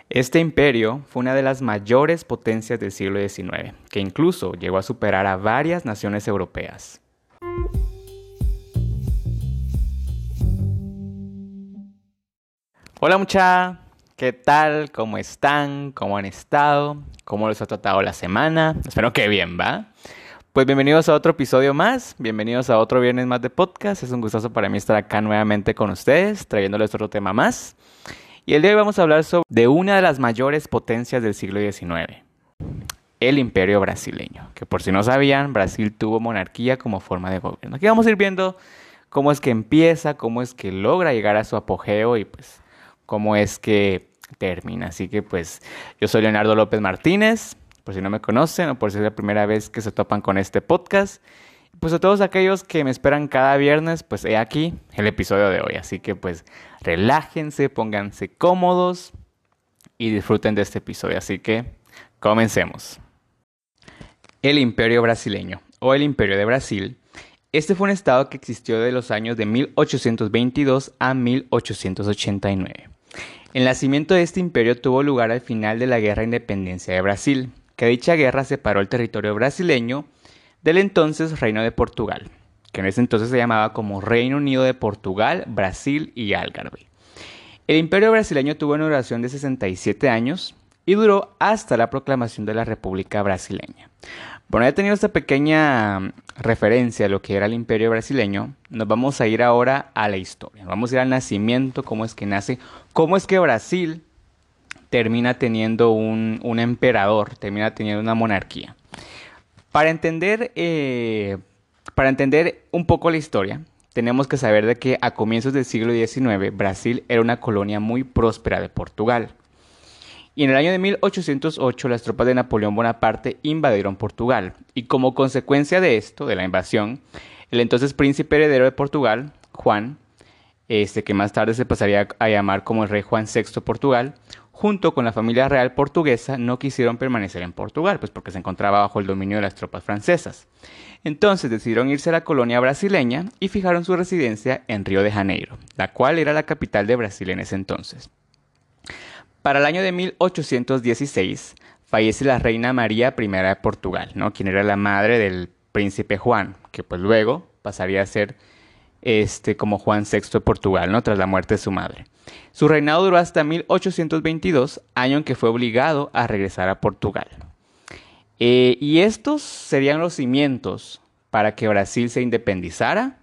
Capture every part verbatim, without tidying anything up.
Este imperio fue una de las mayores potencias del siglo diecinueve, que incluso llegó a superar a varias naciones europeas. Hola mucha, ¿qué tal? ¿Cómo están? ¿Cómo han estado? ¿Cómo les ha tratado la semana? Espero que bien, ¿va? Pues bienvenidos a otro episodio más, bienvenidos a otro viernes más de podcast. Es un gustazo para mí estar acá nuevamente con ustedes, trayéndoles otro tema más. Y el día de hoy vamos a hablar sobre de una de las mayores potencias del siglo diecinueve, el Imperio Brasileño, que por si no sabían, Brasil tuvo monarquía como forma de gobierno. Aquí vamos a ir viendo cómo es que empieza, cómo es que logra llegar a su apogeo y pues cómo es que termina. Así que pues yo soy Leonardo López Martínez, por si no me conocen o por si es la primera vez que se topan con este podcast. Pues a todos aquellos que me esperan cada viernes, pues he aquí el episodio de hoy. Así que pues relájense, pónganse cómodos y disfruten de este episodio. Así que comencemos. El Imperio Brasileño o el Imperio de Brasil. Este fue un estado que existió de los años de mil ochocientos veintidós a mil ochocientos ochenta y nueve. El nacimiento de este imperio tuvo lugar al final de la Guerra de Independencia de Brasil, que dicha guerra separó el territorio brasileño del entonces Reino de Portugal, que en ese entonces se llamaba como Reino Unido de Portugal, Brasil y Algarve. El imperio brasileño tuvo una duración de sesenta y siete años y duró hasta la proclamación de la República Brasileña. Bueno, ya tenido esta pequeña referencia a lo que era el imperio brasileño, nos vamos a ir ahora a la historia. Vamos a ir al nacimiento, cómo es que nace, cómo es que Brasil termina teniendo un, un emperador, termina teniendo una monarquía. Para entender, eh, para entender un poco la historia, tenemos que saber de que a comienzos del siglo diecinueve Brasil era una colonia muy próspera de Portugal. Y en el año de mil ochocientos ocho las tropas de Napoleón Bonaparte invadieron Portugal. Y como consecuencia de esto, de la invasión, el entonces príncipe heredero de Portugal, Juan, este, que más tarde se pasaría a llamar como el rey Juan sexto de Portugal, junto con la familia real portuguesa, no quisieron permanecer en Portugal, pues porque se encontraba bajo el dominio de las tropas francesas. Entonces decidieron irse a la colonia brasileña y fijaron su residencia en Río de Janeiro, la cual era la capital de Brasil en ese entonces. Para el año de mil ochocientos dieciséis fallece la reina María primera de Portugal, ¿no? Quien era la madre del príncipe Juan, que pues luego pasaría a ser este, como Juan sexto de Portugal, ¿no? Tras la muerte de su madre. Su reinado duró hasta mil ochocientos veintidós, año en que fue obligado a regresar a Portugal. Eh, y estos serían los cimientos para que Brasil se independizara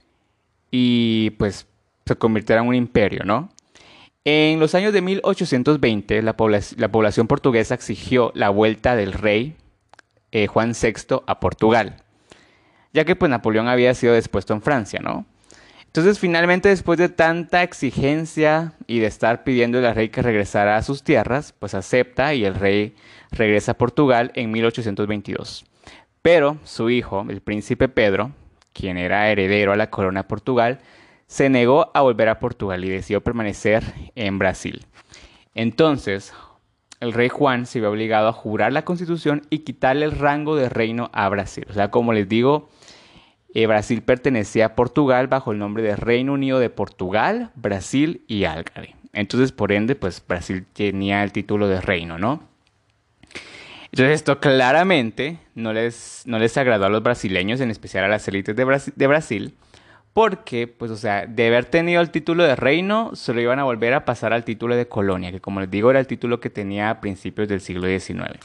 y pues se convirtiera en un imperio, ¿no? En los años de mil ochocientos veinte, la, poblac- la población portuguesa exigió la vuelta del rey eh, Juan sexto a Portugal, ya que pues Napoleón había sido depuesto en Francia, ¿no? Entonces finalmente, después de tanta exigencia y de estar pidiéndole al rey que regresara a sus tierras, pues acepta y el rey regresa a Portugal en mil ochocientos veintidós. Pero su hijo, el príncipe Pedro, quien era heredero a la corona de Portugal, se negó a volver a Portugal y decidió permanecer en Brasil. Entonces, el rey Juan se vio obligado a jurar la constitución y quitarle el rango de reino a Brasil. O sea, como les digo, eh, Brasil pertenecía a Portugal bajo el nombre de Reino Unido de Portugal, Brasil y Algarve. Entonces, por ende, pues Brasil tenía el título de reino, ¿no? Entonces esto claramente no les, no les agradó a los brasileños, en especial a las élites de, Brasi- de Brasil, porque, pues, o sea, de haber tenido el título de reino, se lo iban a volver a pasar al título de colonia, que como les digo, era el título que tenía a principios del siglo diecinueve.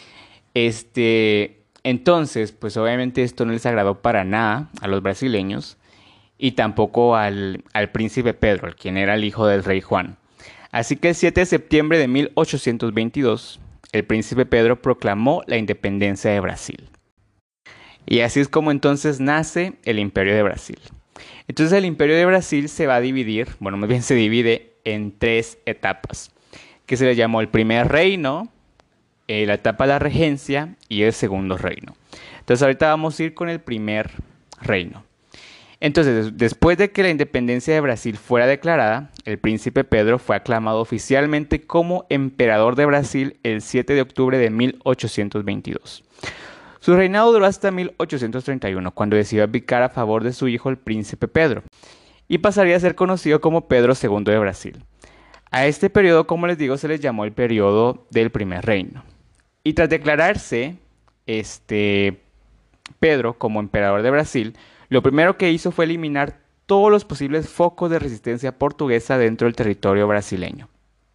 Este, entonces, pues obviamente esto no les agradó para nada a los brasileños y tampoco al, al príncipe Pedro, el quien era el hijo del rey Juan. Así que el siete de septiembre de mil ochocientos veintidós, el príncipe Pedro proclamó la independencia de Brasil. Y así es como entonces nace el Imperio de Brasil. Entonces el Imperio de Brasil se va a dividir, bueno, más bien se divide en tres etapas, que se le llamó el primer reino, eh, la etapa de la regencia y el segundo reino. Entonces ahorita vamos a ir con el primer reino. Entonces, después de que la independencia de Brasil fuera declarada, el príncipe Pedro fue aclamado oficialmente como emperador de Brasil el siete de octubre de mil ochocientos veintidós. Su reinado duró hasta mil ochocientos treinta y uno, cuando decidió abdicar a favor de su hijo el príncipe Pedro, y pasaría a ser conocido como Pedro segundo de Brasil. A este periodo, como les digo, se les llamó el periodo del primer reino. Y tras declararse este, Pedro como emperador de Brasil, lo primero que hizo fue eliminar todos los posibles focos de resistencia portuguesa dentro del territorio brasileño.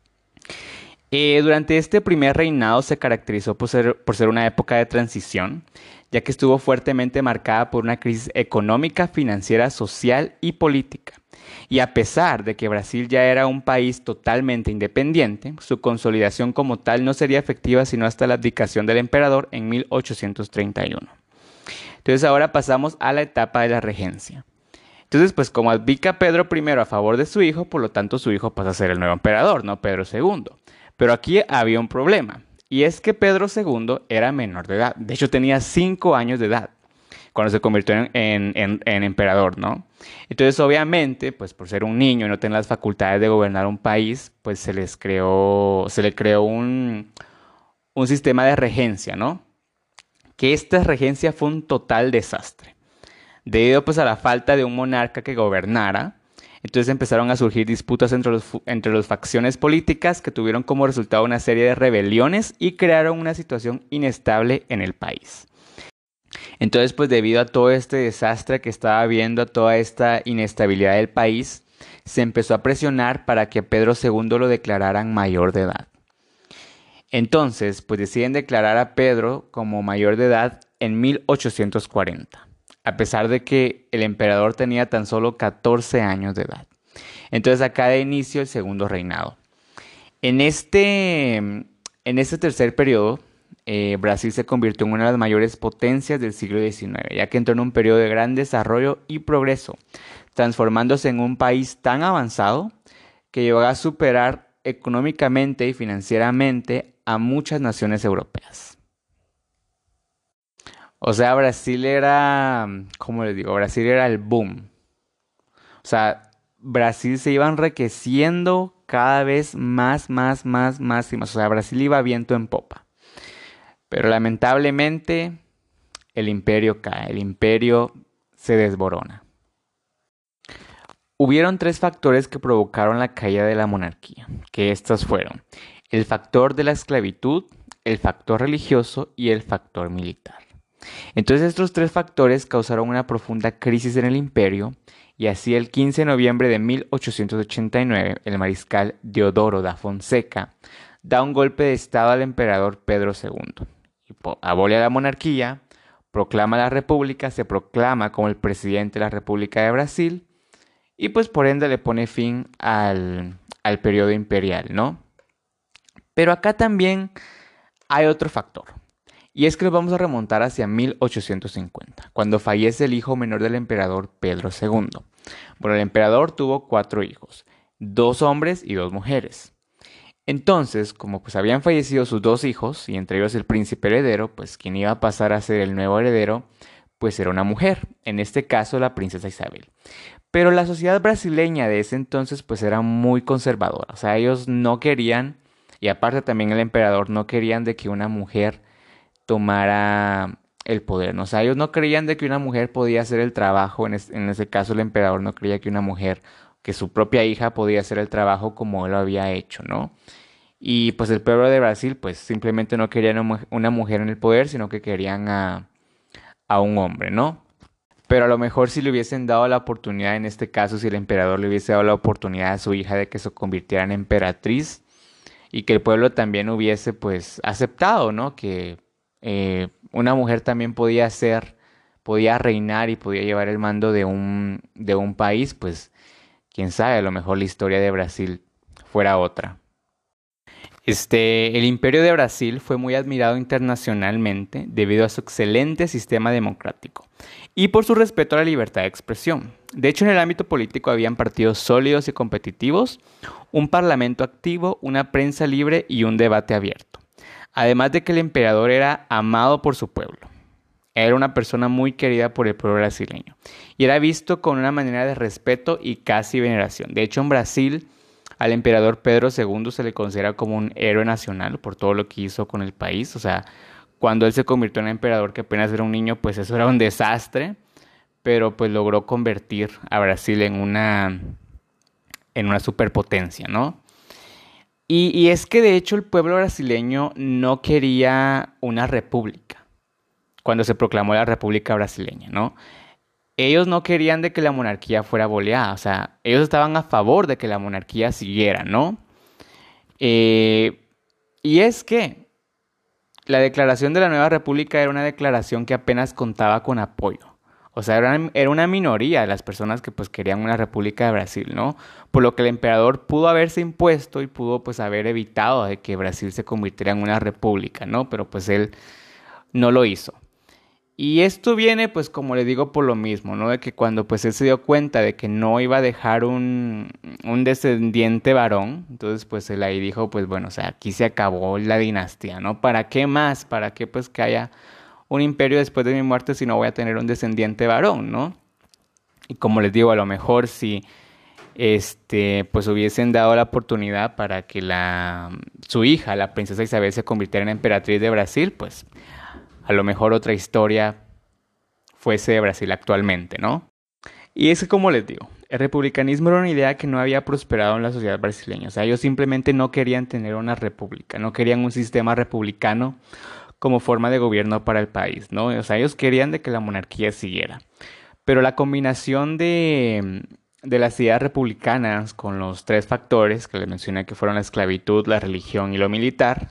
Eh, durante este primer reinado se caracterizó por ser, por ser una época de transición, ya que estuvo fuertemente marcada por una crisis económica, financiera, social y política. Y a pesar de que Brasil ya era un país totalmente independiente, su consolidación como tal no sería efectiva sino hasta la abdicación del emperador en mil ochocientos treinta y uno. Entonces ahora pasamos a la etapa de la regencia. Entonces, pues como abdica Pedro primero a favor de su hijo, por lo tanto su hijo pasa a ser el nuevo emperador, no Pedro segundo. Pero aquí había un problema, y es que Pedro segundo era menor de edad. De hecho, tenía cinco años de edad cuando se convirtió en, en, en, en emperador, ¿no? Entonces, obviamente, pues por ser un niño y no tener las facultades de gobernar un país, pues se les creó, se le creó un, un sistema de regencia, ¿no? Que esta regencia fue un total desastre. Debido pues a la falta de un monarca que gobernara, entonces empezaron a surgir disputas entre los, entre las facciones políticas que tuvieron como resultado una serie de rebeliones y crearon una situación inestable en el país. Entonces, pues debido a todo este desastre que estaba habiendo, a toda esta inestabilidad del país, se empezó a presionar para que Pedro segundo lo declararan mayor de edad. Entonces, pues deciden declarar a Pedro como mayor de edad en mil ochocientos cuarenta, a pesar de que el emperador tenía tan solo catorce años de edad. Entonces acá da inicio el segundo reinado. En este, en este tercer periodo, eh, Brasil se convirtió en una de las mayores potencias del siglo diecinueve, ya que entró en un periodo de gran desarrollo y progreso, transformándose en un país tan avanzado que llegó a superar económicamente y financieramente a muchas naciones europeas. O sea, Brasil era, ¿cómo les digo? Brasil era el boom. O sea, Brasil se iba enriqueciendo cada vez más, más, más, más y más. O sea, Brasil iba viento en popa. Pero lamentablemente el imperio cae, el imperio se desborona. Hubieron tres factores que provocaron la caída de la monarquía, que estos fueron el factor de la esclavitud, el factor religioso y el factor militar. Entonces estos tres factores causaron una profunda crisis en el imperio y así el quince de noviembre de mil ochocientos ochenta y nueve el mariscal Deodoro da Fonseca da un golpe de estado al emperador Pedro segundo. Abole a la monarquía, proclama la república, se proclama como el presidente de la República de Brasil y pues por ende le pone fin al, al periodo imperial, ¿no? Pero acá también hay otro factor. Y es que nos vamos a remontar hacia mil ochocientos cincuenta, cuando fallece el hijo menor del emperador Pedro segundo. Bueno, el emperador tuvo cuatro hijos, dos hombres y dos mujeres. Entonces, como pues habían fallecido sus dos hijos, y entre ellos el príncipe heredero, pues quien iba a pasar a ser el nuevo heredero, pues era una mujer, en este caso la princesa Isabel. Pero la sociedad brasileña de ese entonces pues era muy conservadora, o sea, ellos no querían, y aparte también el emperador no querían de que una mujer tomara el poder, ¿no? O sea, ellos no creían de que una mujer podía hacer el trabajo, en, es, en ese caso el emperador no creía que una mujer, que su propia hija podía hacer el trabajo como él lo había hecho, ¿no? Y pues el pueblo de Brasil pues simplemente no querían una, una mujer en el poder, sino que querían a, a un hombre, ¿no? Pero a lo mejor si le hubiesen dado la oportunidad, en este caso, si el emperador le hubiese dado la oportunidad a su hija de que se convirtiera en emperatriz y que el pueblo también hubiese pues aceptado, ¿no? Que eh, una mujer también podía ser, podía reinar y podía llevar el mando de un, de un país, pues quién sabe, a lo mejor la historia de Brasil fuera otra. Este, el Imperio de Brasil fue muy admirado internacionalmente debido a su excelente sistema democrático y por su respeto a la libertad de expresión. De hecho, en el ámbito político habían partidos sólidos y competitivos, un parlamento activo, una prensa libre y un debate abierto. Además de que el emperador era amado por su pueblo. Era una persona muy querida por el pueblo brasileño y era visto con una manera de respeto y casi veneración. De hecho, en Brasil, al emperador Pedro segundo se le considera como un héroe nacional por todo lo que hizo con el país. O sea, cuando él se convirtió en emperador, que apenas era un niño, pues eso era un desastre, pero pues logró convertir a Brasil en una, en una superpotencia, ¿no? Y, y es que de hecho el pueblo brasileño no quería una república cuando se proclamó la República Brasileña, ¿no? Ellos no querían de que la monarquía fuera boleada, o sea, ellos estaban a favor de que la monarquía siguiera, ¿no? Eh, y es que la declaración de la nueva república era una declaración que apenas contaba con apoyo. O sea, era, era una minoría de las personas que pues querían una república de Brasil, ¿no? Por lo que el emperador pudo haberse impuesto y pudo pues haber evitado de que Brasil se convirtiera en una república, ¿no? Pero pues él no lo hizo. Y esto viene, pues, como le digo, por lo mismo, ¿no? De que cuando, pues, él se dio cuenta de que no iba a dejar un, un descendiente varón, entonces, pues, él ahí dijo, pues, bueno, o sea, aquí se acabó la dinastía, ¿no? ¿Para qué más? ¿Para qué, pues, que haya un imperio después de mi muerte si no voy a tener un descendiente varón, ¿no? Y como les digo, a lo mejor si, este, pues, hubiesen dado la oportunidad para que la, su hija, la princesa Isabel, se convirtiera en emperatriz de Brasil, pues a lo mejor otra historia fuese de Brasil actualmente, ¿no? Y es que, como les digo, el republicanismo era una idea que no había prosperado en la sociedad brasileña. O sea, ellos simplemente no querían tener una república, no querían un sistema republicano como forma de gobierno para el país, ¿no? O sea, ellos querían de que la monarquía siguiera. Pero la combinación de, de las ideas republicanas con los tres factores que les mencioné, que fueron la esclavitud, la religión y lo militar,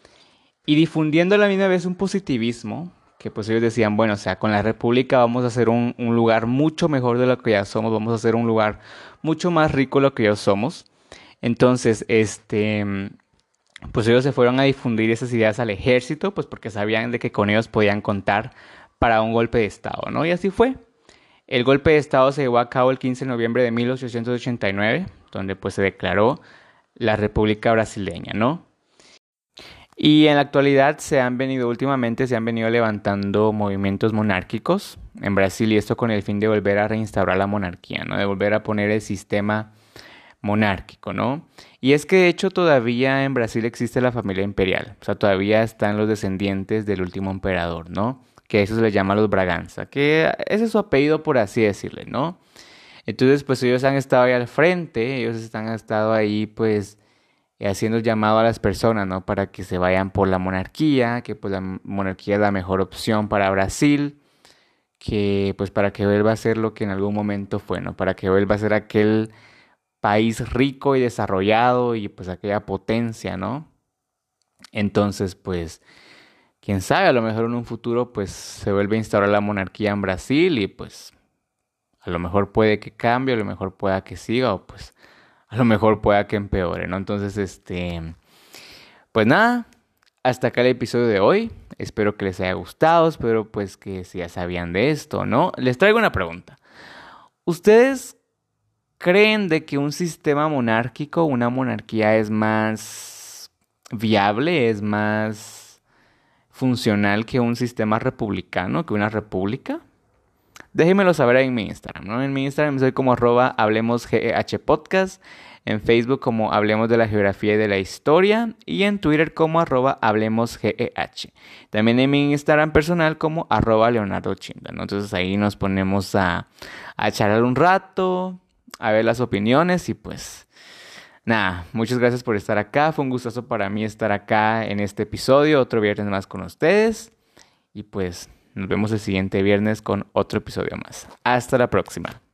y difundiendo a la misma vez un positivismo, que pues ellos decían, bueno, o sea, con la república vamos a hacer un, un lugar mucho mejor de lo que ya somos, vamos a hacer un lugar mucho más rico de lo que ya somos. Entonces, este, pues ellos se fueron a difundir esas ideas al ejército, pues porque sabían de que con ellos podían contar para un golpe de estado, ¿no? Y así fue. El golpe de estado se llevó a cabo el quince de noviembre de mil ochocientos ochenta y nueve, donde pues se declaró la República Brasileña, ¿no? Y en la actualidad se han venido, últimamente se han venido levantando movimientos monárquicos en Brasil y esto con el fin de volver a reinstaurar la monarquía, ¿no? De volver a poner el sistema monárquico, ¿no? Y es que de hecho todavía en Brasil existe la familia imperial, o sea, todavía están los descendientes del último emperador, ¿no? Que eso se les llama los Braganza, que ese es su apellido por así decirle, ¿no? Entonces, pues ellos han estado ahí al frente, ellos están, han estado ahí, pues y haciendo el llamado a las personas, ¿no? Para que se vayan por la monarquía, que pues la monarquía es la mejor opción para Brasil, que pues para que vuelva a ser lo que en algún momento fue, ¿no? Para que vuelva a ser aquel país rico y desarrollado y pues aquella potencia, ¿no? Entonces, pues, quién sabe, a lo mejor en un futuro pues se vuelve a instaurar la monarquía en Brasil y pues a lo mejor puede que cambie, a lo mejor pueda que siga o pues a lo mejor pueda que empeore, ¿no? Entonces, este, pues nada, hasta acá el episodio de hoy. Espero que les haya gustado, espero pues que si ya sabían de esto, ¿no? Les traigo una pregunta. ¿Ustedes creen de que un sistema monárquico, una monarquía es más viable, es más funcional que un sistema republicano, que una república? Déjenmelo saber ahí en mi Instagram, ¿no? En mi Instagram soy como arroba hablemos G E H podcast, en Facebook como Hablemos de la Geografía y de la Historia y en Twitter como arroba hablemos G E H. También en mi Instagram personal como arroba Leonardo Chinda, ¿no? Entonces ahí nos ponemos a, a charlar un rato, a ver las opiniones y pues nada, muchas gracias por estar acá. Fue un gustazo para mí estar acá en este episodio, otro viernes más con ustedes y pues nos vemos el siguiente viernes con otro episodio más. Hasta la próxima.